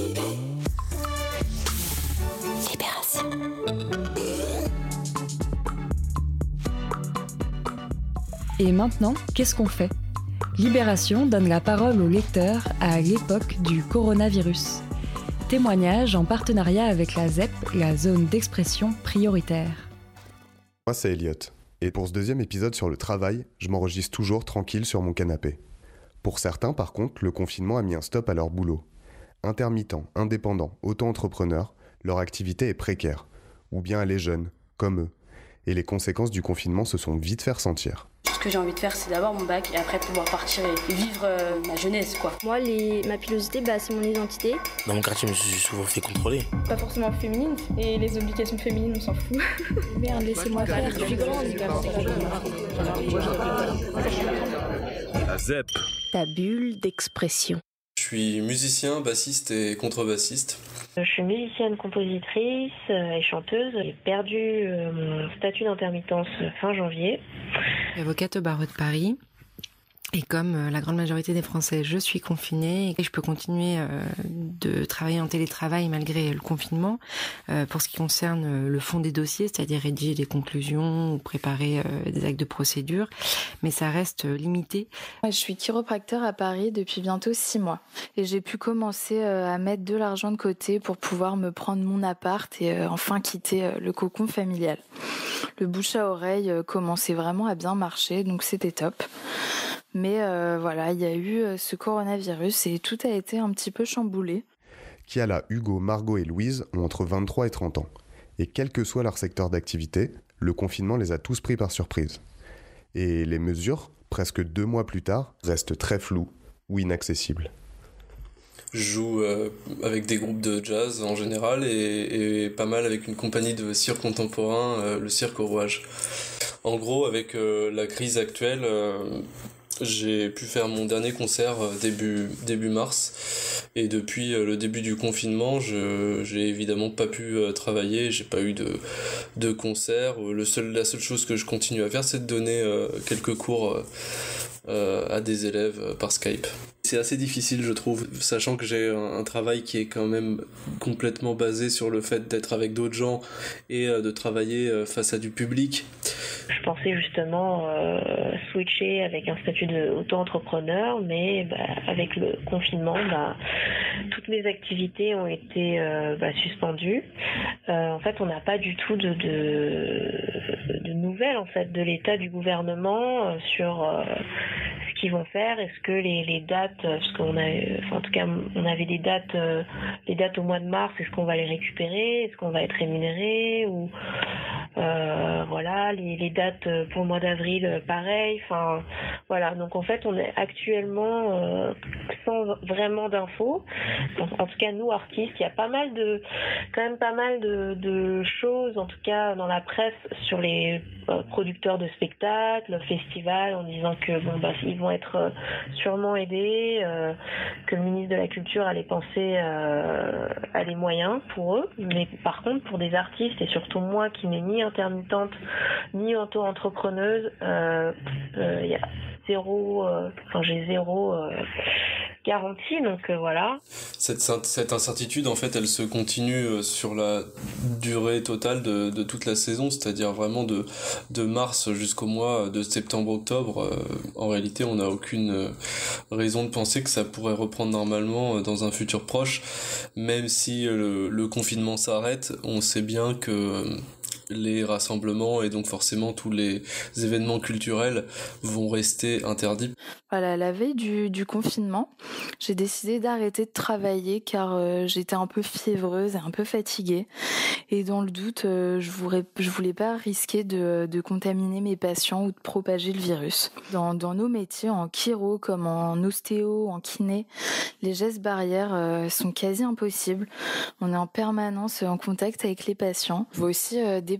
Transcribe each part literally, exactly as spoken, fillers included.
Libération. Et maintenant, qu'est-ce qu'on fait ? Libération donne la parole aux lecteurs à l'époque du coronavirus. Témoignage en partenariat avec la Z E P, la zone d'expression prioritaire. Moi, c'est Elliot. Et pour ce deuxième épisode sur le travail, je m'enregistre toujours tranquille sur mon canapé. Pour certains, par contre, le confinement a mis un stop à leur boulot. Intermittents, indépendants, auto-entrepreneurs, leur activité est précaire. Ou bien elle est jeune, comme eux. Et les conséquences du confinement se sont vite fait ressentir. Ce que j'ai envie de faire, c'est d'avoir mon bac et après pouvoir partir et vivre euh, ma jeunesse, quoi. Moi, les... ma pilosité, bah, c'est mon identité. Dans mon quartier, je me suis souvent fait contrôler. Pas forcément féminine, et les obligations féminines, on s'en fout. Merde, laissez-moi faire, je suis grande. La Z E P. Ta bulle d'expression. Je suis musicien, bassiste et contrebassiste. Je suis musicienne, compositrice et chanteuse. J'ai perdu mon statut d'intermittence fin janvier. Avocate au barreau de Paris. Et comme la grande majorité des Français, je suis confinée et je peux continuer de travailler en télétravail malgré le confinement. Pour ce qui concerne le fond des dossiers, c'est-à-dire rédiger des conclusions ou préparer des actes de procédure, mais ça reste limité. Je suis chiropracteur à Paris depuis bientôt six mois et j'ai pu commencer à mettre de l'argent de côté pour pouvoir me prendre mon appart et enfin quitter le cocon familial. Le bouche à oreille commençait vraiment à bien marcher, donc c'était top. Mais euh, voilà, il y a eu euh, ce coronavirus et tout a été un petit peu chamboulé. Kiala, Hugo, Margot et Louise ont entre vingt-trois et trente ans. Et quel que soit leur secteur d'activité, le confinement les a tous pris par surprise. Et les mesures, presque deux mois plus tard, restent très floues ou inaccessibles. Je joue euh, avec des groupes de jazz en général et, et pas mal avec une compagnie de cirque contemporain, euh, le Cirque au Rouage. En gros, avec euh, la crise actuelle, euh, j'ai pu faire mon dernier concert début, début mars. Et depuis le début du confinement, je, j'ai évidemment pas pu travailler, j'ai pas eu de, de concert. Le seul, la seule chose que je continue à faire, c'est de donner euh, quelques cours euh, à des élèves par Skype. C'est assez difficile, je trouve, sachant que j'ai un, un travail qui est quand même complètement basé sur le fait d'être avec d'autres gens et euh, de travailler euh, face à du public. Je pensais justement euh, switcher avec un statut d'auto-entrepreneur, mais bah, avec le confinement, bah, toutes mes activités ont été euh, bah, suspendues. Euh, en fait, on n'a pas du tout de, de, de nouvelles en fait, de l'État, du gouvernement euh, sur euh, ce qu'ils vont faire. Est-ce que les, les dates, parce qu'on a, enfin, en tout cas, on avait des dates, euh, les dates au mois de mars, est-ce qu'on va les récupérer? Est-ce qu'on va être rémunéré? Ou euh, voilà, les, les dates pour le mois d'avril, pareil. Enfin, voilà. Donc en fait, on est actuellement euh, sans vraiment d'infos. En, en tout cas, nous artistes, il y a pas mal de, quand même pas mal de, de choses, en tout cas dans la presse, sur les euh, producteurs de spectacles, festivals, en disant que bon bah ils vont être euh, sûrement aidés, euh, que le ministre de la Culture allait penser euh, à des moyens pour eux. Mais par contre, pour des artistes et surtout moi qui n'ai ni intermittente ni auto-entrepreneuse, euh, euh, y a zéro, euh, enfin j'ai zéro euh, garantie, donc euh, voilà. Cette, cette incertitude, en fait, elle se continue sur la durée totale de, de toute la saison, c'est-à-dire vraiment de, de mars jusqu'au mois de septembre-octobre. Euh, en réalité, on n'a aucune raison de penser que ça pourrait reprendre normalement dans un futur proche. Même si le, le confinement s'arrête, on sait bien que les rassemblements et donc forcément tous les événements culturels vont rester interdits. Voilà, la veille du, du confinement, j'ai décidé d'arrêter de travailler car euh, j'étais un peu fiévreuse et un peu fatiguée. Et dans le doute, euh, je voulais, je voulais pas risquer de, de contaminer mes patients ou de propager le virus. Dans, dans nos métiers, en chiro comme en ostéo, en kiné, les gestes barrières euh, sont quasi impossibles. On est en permanence en contact avec les patients. On voit aussi euh, des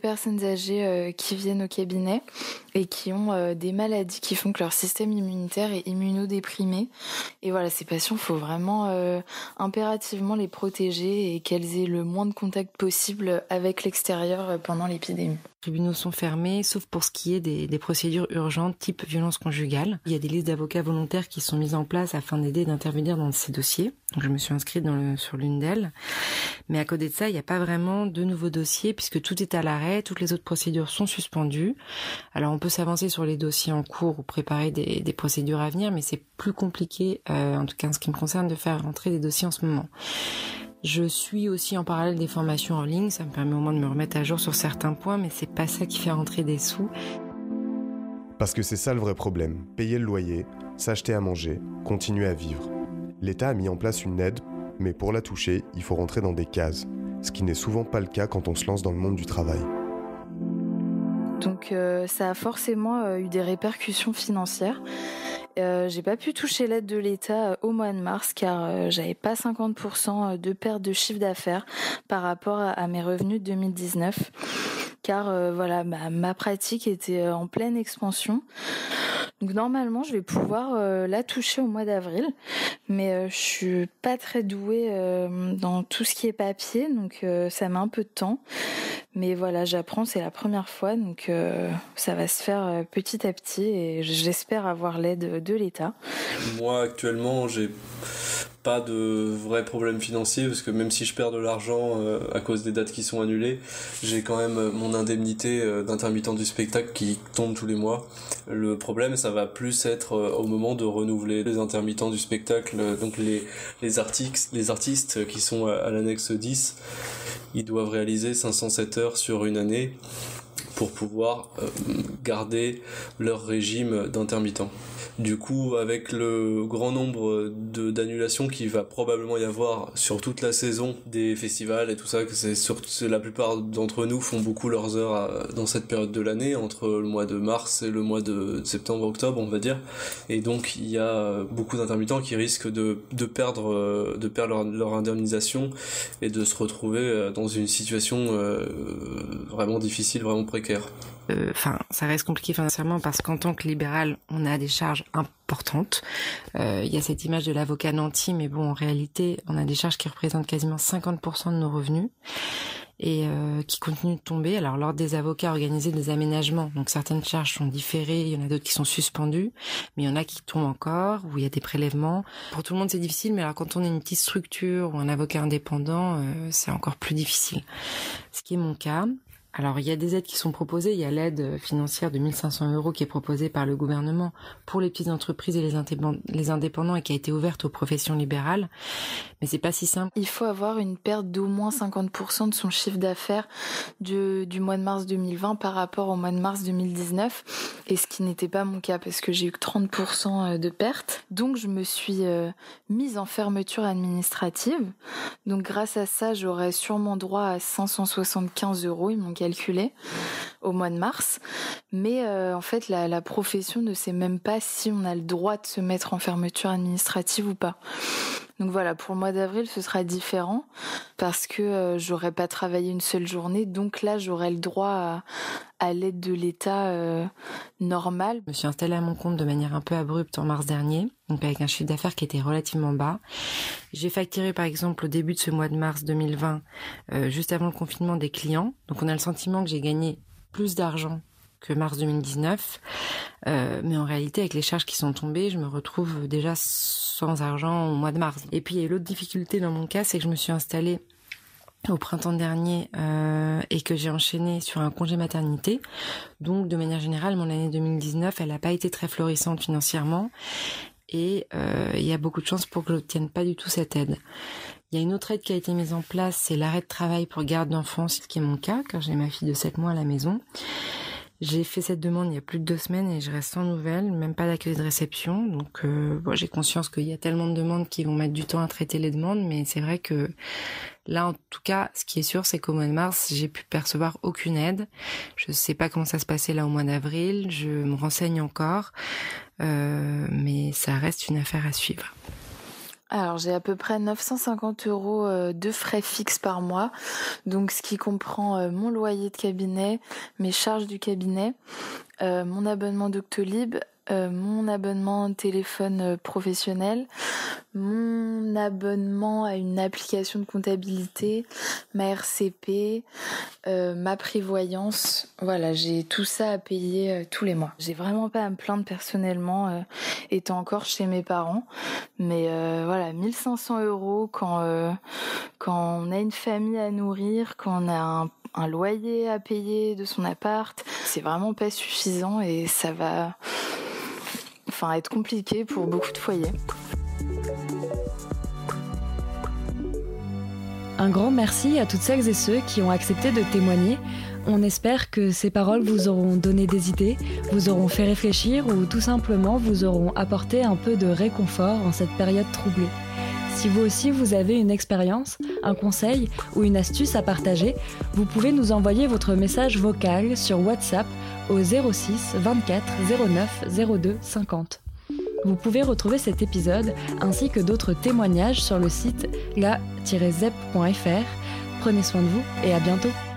personnes âgées euh, qui viennent au cabinet et qui ont euh, des maladies qui font que leur système immunitaire est immunodéprimé. Et voilà, ces patients, il faut vraiment euh, impérativement les protéger et qu'elles aient le moins de contact possible avec l'extérieur pendant l'épidémie. Les tribunaux sont fermés, sauf pour ce qui est des, des procédures urgentes type violence conjugale. Il y a des listes d'avocats volontaires qui sont mises en place afin d'aider et d'intervenir dans ces dossiers. Donc je me suis inscrite dans le, sur l'une d'elles. Mais à côté de ça, il n'y a pas vraiment de nouveaux dossiers puisque tout est à l'arrêt, toutes les autres procédures sont suspendues. Alors on peut s'avancer sur les dossiers en cours ou préparer des, des procédures à venir, mais c'est plus compliqué, euh, en tout cas en ce qui me concerne, de faire rentrer des dossiers en ce moment. Je suis aussi en parallèle des formations en ligne, ça me permet au moins de me remettre à jour sur certains points, mais c'est pas ça qui fait rentrer des sous. Parce que c'est ça le vrai problème, payer le loyer, s'acheter à manger, continuer à vivre. L'État a mis en place une aide, mais pour la toucher, il faut rentrer dans des cases, ce qui n'est souvent pas le cas quand on se lance dans le monde du travail. Donc euh, ça a forcément euh, eu des répercussions financières. Euh, j'ai pas pu toucher l'aide de l'État au mois de mars car euh, j'avais pas cinquante pour cent de perte de chiffre d'affaires par rapport à, à mes revenus de deux mille dix-neuf. Car euh, voilà, ma, ma pratique était en pleine expansion. Donc normalement, je vais pouvoir euh, la toucher au mois d'avril, mais euh, je suis pas très douée euh, dans tout ce qui est papier, donc euh, ça met un peu de temps. Mais voilà, j'apprends, c'est la première fois, donc euh, ça va se faire euh, petit à petit et j'espère avoir l'aide de l'État. Moi, actuellement, j'ai pas de vrais problèmes financiers parce que même si je perds de l'argent euh, à cause des dates qui sont annulées, j'ai quand même mon indemnité euh, d'intermittent du spectacle qui tombe tous les mois. Le problème, ça va plus être euh, au moment de renouveler les intermittents du spectacle, euh, donc les, les, artistes, les artistes qui sont à, à l'annexe dix, ils doivent réaliser cinq cent sept heures sur une année pour pouvoir euh, garder leur régime d'intermittent. Du coup, avec le grand nombre de, d'annulations qu'il va probablement y avoir sur toute la saison des festivals et tout ça, que c'est sur, c'est la plupart d'entre nous font beaucoup leurs heures à, dans cette période de l'année, entre le mois de mars et le mois de septembre-octobre, on va dire. Et donc, il y a beaucoup d'intermittents qui risquent de, de perdre, de perdre leur, leur indemnisation et de se retrouver dans une situation euh, vraiment difficile, vraiment précaire. Enfin, euh, ça reste compliqué financièrement parce qu'en tant que libéral, on a des charges importantes. Il euh, y a cette image de l'avocat nanti, mais bon, en réalité, on a des charges qui représentent quasiment cinquante pour cent de nos revenus et euh, qui continuent de tomber. Alors, lors des avocats organisés des aménagements, donc certaines charges sont différées, il y en a d'autres qui sont suspendues, mais il y en a qui tombent encore, où il y a des prélèvements. Pour tout le monde, c'est difficile, mais alors quand on est une petite structure ou un avocat indépendant, euh, c'est encore plus difficile. Ce qui est mon cas. Alors, il y a des aides qui sont proposées. Il y a l'aide financière de mille cinq cents euros qui est proposée par le gouvernement pour les petites entreprises et les, indépend- les indépendants et qui a été ouverte aux professions libérales. Mais c'est pas si simple. Il faut avoir une perte d'au moins cinquante pour cent de son chiffre d'affaires du, du mois de mars deux mille vingt par rapport au mois de mars deux mille dix-neuf. Et ce qui n'était pas mon cas parce que j'ai eu que trente pour cent de perte. Donc, je me suis euh, mise en fermeture administrative. Donc, grâce à ça, j'aurais sûrement droit à cinq cent soixante-quinze euros. Ils m'ont calculé au mois de mars, mais euh, en fait la, la profession ne sait même pas si on a le droit de se mettre en fermeture administrative ou pas. Donc voilà, pour le mois d'avril ce sera différent parce que euh, j'aurais pas travaillé une seule journée, donc là j'aurai le droit à, à l'aide de l'État euh, normale. Je me suis installée à mon compte de manière un peu abrupte en mars dernier, donc avec un chiffre d'affaires qui était relativement bas. J'ai facturé par exemple au début de ce mois de mars deux mille vingt, euh, juste avant le confinement, des clients. Donc on a le sentiment que j'ai gagné plus d'argent que mars deux mille dix-neuf, euh, mais en réalité avec les charges qui sont tombées, je me retrouve déjà sans argent au mois de mars. Et puis il y a eu l'autre difficulté dans mon cas, c'est que je me suis installée au printemps dernier euh, et que j'ai enchaîné sur un congé maternité. Donc de manière générale, mon année deux mille dix-neuf, elle n'a pas été très florissante financièrement et euh, il y a beaucoup de chances pour que je n'obtienne pas du tout cette aide. Il y a une autre aide qui a été mise en place, c'est l'arrêt de travail pour garde d'enfants, ce qui est mon cas, car j'ai ma fille de sept mois à la maison. J'ai fait cette demande il y a plus de deux semaines et je reste sans nouvelles, même pas d'accusé de réception. Donc euh, bon, j'ai conscience qu'il y a tellement de demandes qui vont mettre du temps à traiter les demandes, mais c'est vrai que là, en tout cas, ce qui est sûr, c'est qu'au mois de mars, j'ai pu percevoir aucune aide. Je sais pas comment ça se passait là au mois d'avril, je me renseigne encore, euh, mais ça reste une affaire à suivre. Alors j'ai à peu près neuf cent cinquante euros de frais fixes par mois, donc ce qui comprend mon loyer de cabinet, mes charges du cabinet, euh, mon abonnement Doctolib, euh, mon abonnement téléphone professionnel, mon abonnement à une application de comptabilité, ma R C P, euh, ma prévoyance. Voilà, j'ai tout ça à payer euh, tous les mois. J'ai vraiment pas à me plaindre personnellement, euh, étant encore chez mes parents. Mais euh, voilà, mille cinq cents euros quand, euh, quand on a une famille à nourrir, quand on a un, un loyer à payer de son appart, c'est vraiment pas suffisant et ça va enfin, être compliqué pour beaucoup de foyers. Un grand merci à toutes celles et ceux qui ont accepté de témoigner. On espère que ces paroles vous auront donné des idées, vous auront fait réfléchir ou tout simplement vous auront apporté un peu de réconfort en cette période troublée. Si vous aussi vous avez une expérience, un conseil ou une astuce à partager, vous pouvez nous envoyer votre message vocal sur WhatsApp au zéro six vingt-quatre zéro neuf zéro deux cinquante. Vous pouvez retrouver cet épisode ainsi que d'autres témoignages sur le site la tiret zep point f r. Prenez soin de vous et à bientôt.